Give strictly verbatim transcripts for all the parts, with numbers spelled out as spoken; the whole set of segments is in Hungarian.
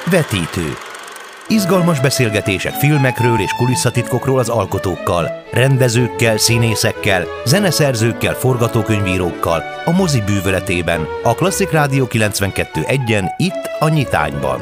Vetítő. Izgalmas beszélgetések filmekről és kulisszatitkokról az alkotókkal, rendezőkkel, színészekkel, zeneszerzőkkel, forgatókönyvírókkal, a mozi bűvöletében, a Klasszik Rádió kilencvenkettő egyen, itt a Nyitányban.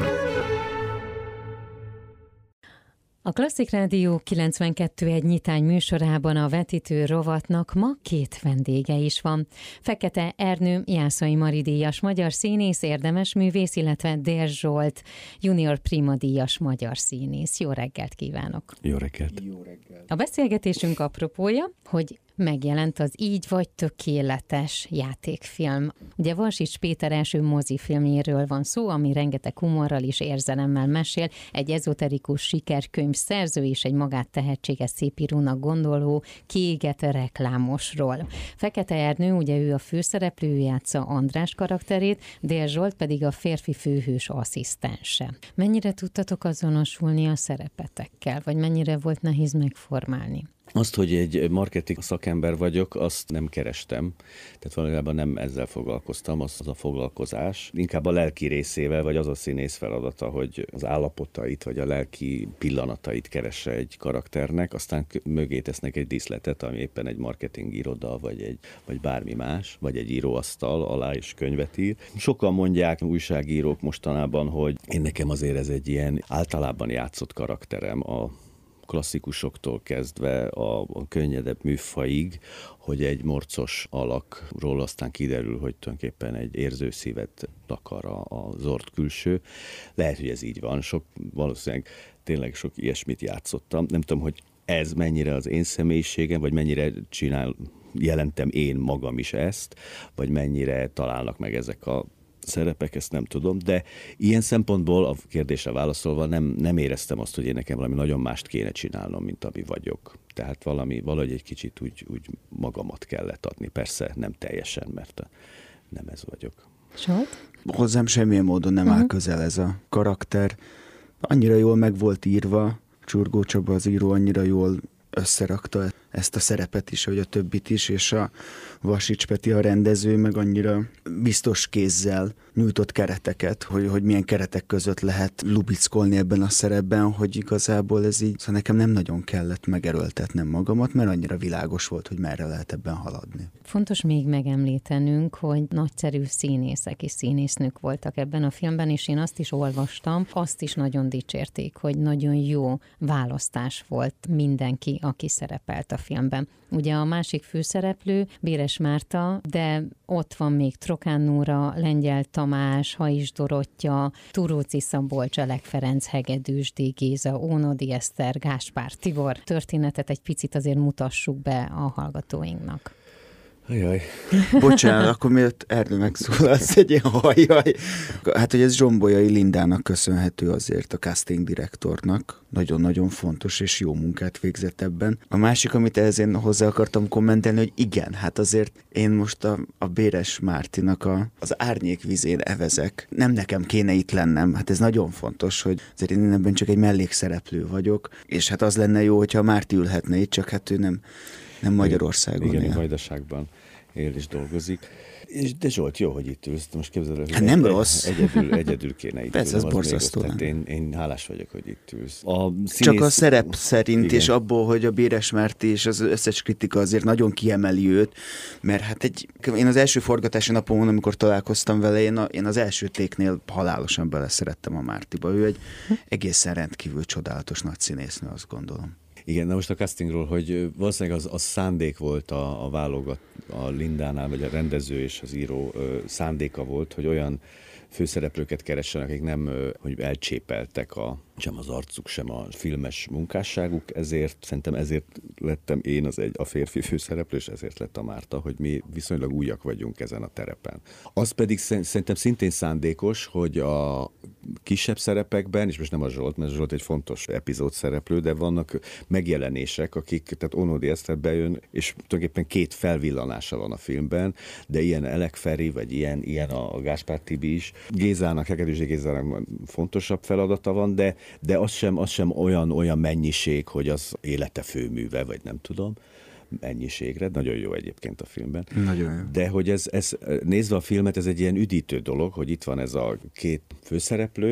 A Klasszik Rádió kilencvenkettő egy Nyitány műsorában a vetítő rovatnak ma két vendége is van. Fekete Ernő, Jászai Mari díjas magyar színész, érdemes művész, illetve Dér Zsolt, junior prima díjas magyar színész. Jó reggelt kívánok! Jó reggelt! Jó reggelt! A beszélgetésünk apropója, hogy megjelent az Így vagy tökéletes játékfilm. Ugye Varsics Péter első mozifilmjéről van szó, ami rengeteg humorral és érzelemmel mesél, egy ezoterikus sikerkönyv szerző és egy magát tehetséges szépírónak gondoló kiégett reklámosról. Fekete Ernő, ugye ő a főszereplő, ő játsza András karakterét, Dér Zsolt pedig a férfi főhős asszisztense. Mennyire tudtatok azonosulni a szerepetekkel, vagy mennyire volt nehéz megformálni? Azt, hogy egy marketing szakember vagyok, azt nem kerestem. Tehát valójában nem ezzel foglalkoztam, az, az a foglalkozás. Inkább a lelki részével, vagy az a színész feladata, hogy az állapotait, vagy a lelki pillanatait keresse egy karakternek, aztán mögé tesznek egy díszletet, ami éppen egy marketing iroda, vagy, egy, vagy bármi más, vagy egy íróasztal alá is könyvet ír. Sokan mondják, újságírók mostanában, hogy én nekem azért ez egy ilyen általában játszott karakterem, a klasszikusoktól kezdve a, a könnyedebb műfajig, hogy egy morcos alakról aztán kiderül, hogy tulajdonképpen egy érző szívet takar az ort külső. Lehet, hogy ez így van, sok, valószínűleg tényleg sok ilyesmit játszottam. Nem tudom, hogy ez mennyire az én személyiségem, vagy mennyire csinál, jelentem én magam is ezt, vagy mennyire találnak meg ezek a szerepek, ezt nem tudom, de ilyen szempontból a kérdésre válaszolva nem, nem éreztem azt, hogy én nekem valami nagyon mást kéne csinálnom, mint ami vagyok. Tehát valami, valahogy egy kicsit úgy, úgy magamat kellett adni. Persze nem teljesen, mert nem ez vagyok. Zsolt? Hozzám semmilyen módon nem uh-huh. áll közel ez a karakter. Annyira jól meg volt írva, Csurgó Csaba az író annyira jól összerakta ezt a szerepet is, hogy a többit is, és a Varsics Peti a rendező meg annyira biztos kézzel nyújtott kereteket, hogy, hogy milyen keretek között lehet lubickolni ebben a szerepben, hogy igazából ez így, szóval nekem nem nagyon kellett megerőltetnem magamat, mert annyira világos volt, hogy merre lehet ebben haladni. Fontos még megemlítenünk, hogy nagyszerű színészek és színésznők voltak ebben a filmben, és én azt is olvastam, azt is nagyon dicsérték, hogy nagyon jó választás volt mindenki, aki szerepelt a filmben. Ugye a másik főszereplő Béres Márta, de ott van még Trokán Nóra, Lengyel Tamás, Hajs Dorottya, Turóci Szabolcs, Elek Ferenc, Hegedűs D. Géza, Ónodi Eszter, Gáspár Tibor. Történetet egy picit azért mutassuk be a hallgatóinknak. Ajaj. Bocsánat, akkor miért Ernő megszólalsz egy ilyen hajjaj. Hát, hogy ez Zsombolyai Lindának köszönhető azért a casting direktornak. Nagyon-nagyon fontos és jó munkát végzett ebben. A másik, amit ehhez én hozzá akartam kommentelni, hogy igen, hát azért én most a, a Béres Mártinak a, az árnyék vizén evezek. Nem nekem kéne itt lennem. Hát ez nagyon fontos, hogy azért én ebben csak egy mellékszereplő vagyok. És hát az lenne jó, hogyha Márti ülhetne itt, csak hát ő nem... Nem Magyarországon igen, él. Igen, Vajdaságban él és dolgozik. És de Zsolt, jó, hogy itt ülsz. Most képzeld, hogy hát nem egy, rossz. Egyedül, egyedül kéne itt Persze, ülni. ez borzasztó. Tehát én, én hálás vagyok, hogy itt ülsz. A színész... Csak a szerep szerint, igen. És abból, hogy a Béres Márti és az összes kritika azért nagyon kiemeli őt, mert hát egy, én az első forgatási napon, amikor találkoztam vele, én, a, én az első téknél halálosan beleszerettem a Mártiba. Ő egy egészen rendkívül csodálatos nagy színésznő, azt gondolom. Igen, na most a castingról, hogy valószínűleg az, az szándék volt a, a válogat, a Lindánál, vagy a rendező és az író ö, szándéka volt, hogy olyan főszereplőket keressenek, akik nem ö, hogy elcsépeltek a, sem az arcuk, sem a filmes munkásságuk, ezért szerintem ezért lettem én az egy, a férfi főszereplő, és ezért lett a Márta, hogy mi viszonylag újak vagyunk ezen a terepen. Az pedig szerintem szintén szándékos, hogy a kisebb szerepekben, és most nem a Zsolt, mert Zsolt egy fontos epizód szereplő, de vannak megjelenések, akik, tehát Ónodi Eszter bejön, és tulajdonképpen két felvillanása van a filmben, de ilyen Elek Feri, vagy ilyen, ilyen a Gáspár Tibi is. Gézának, Hegedűs Gézának fontosabb feladata van, de, de az sem, az sem olyan, olyan mennyiség, hogy az élete főműve, vagy nem tudom, mennyiségre. Nagyon jó egyébként a filmben. Nagyon jó. De hogy ez, ez, nézve a filmet, ez egy ilyen üdítő dolog, hogy itt van ez a két főszereplő,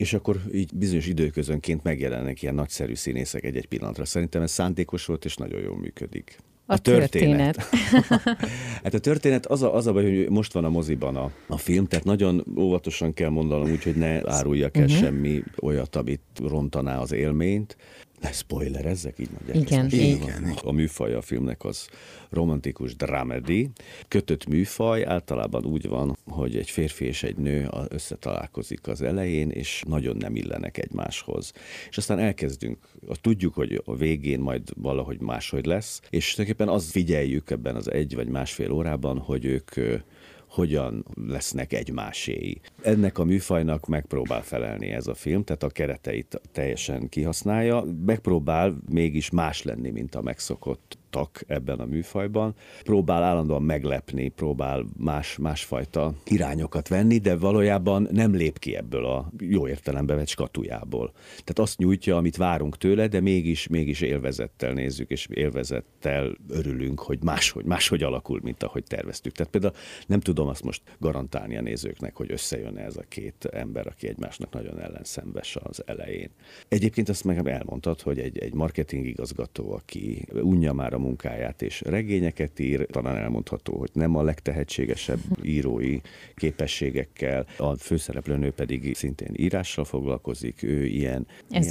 és akkor így bizonyos időközönként megjelennek ilyen nagyszerű színészek egy-egy pillanatra. Szerintem ez szándékos volt, és nagyon jól működik. A, a történet. történet. Hát a történet az a, az a baj, hogy most van a moziban a, a film, tehát nagyon óvatosan kell mondanom úgy, hogy ne áruljak el uh-huh. semmi olyat, amit rontaná az élményt. Ne spoilerezzek, így mondják. Igen, igen. A műfaj a filmnek az romantikus dramedy. Kötött műfaj általában úgy van, hogy egy férfi és egy nő összetalálkozik az elején, és nagyon nem illenek egymáshoz. És aztán elkezdünk, tudjuk, hogy a végén majd valahogy máshogy lesz, és tulajdonképpen azt figyeljük ebben az egy vagy másfél órában, hogy ők hogyan lesznek egymáséi. Ennek a műfajnak megpróbál felelni ez a film, tehát a kereteit teljesen kihasználja, megpróbál mégis más lenni, mint a megszokott ebben a műfajban. Próbál állandóan meglepni, próbál más, másfajta irányokat venni, de valójában nem lép ki ebből a jó értelembe vett skatujából. Tehát azt nyújtja, amit várunk tőle, de mégis, mégis élvezettel nézzük, és élvezettel örülünk, hogy máshogy, máshogy alakul, mint ahogy terveztük. Tehát például nem tudom azt most garantálni a nézőknek, hogy összejön ez a két ember, aki egymásnak nagyon ellenszenves az elején. Egyébként azt meg elmondtad, hogy egy, egy marketing igazgató, aki unja már a munkáját és regényeket ír, talán elmondható, hogy nem a legtehetségesebb írói képességekkel, a főszereplőnő pedig szintén írással foglalkozik, ő ilyen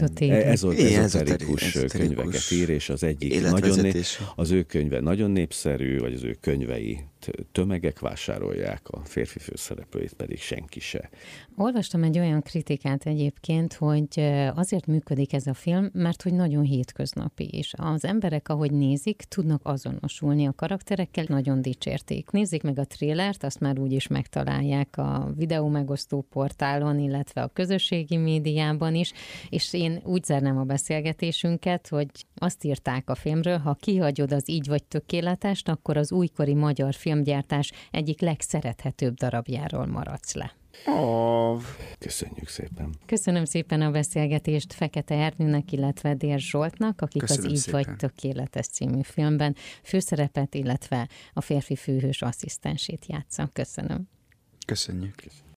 ezoterikus könyveket ír, és az egyik nagyon nép, az ő könyve nagyon népszerű, vagy az ő könyvei tömegek vásárolják, a férfi főszereplőit pedig senki se. Olvastam egy olyan kritikát egyébként, hogy azért működik ez a film, mert hogy nagyon hétköznapi is. Az emberek, ahogy nézik, tudnak azonosulni a karakterekkel, nagyon dicsérték. Nézzék meg a trélert, azt már úgy is megtalálják a videó megosztó portálon, illetve a közösségi médiában is, és én úgy zárnám a beszélgetésünket, hogy azt írták a filmről, ha kihagyod az Így vagy tökéletest, akkor az újkori magyar filmgyártás egyik legszerethetőbb darabjáról maradsz le. Oh. Köszönjük szépen. Köszönöm szépen a beszélgetést Fekete Ernőnek, illetve Dér Zsoltnak, akik Köszönöm az Így szépen. Vagy tökéletes című filmben főszerepet, illetve a férfi főhős asszisztensét játszak. Köszönöm. Köszönjük.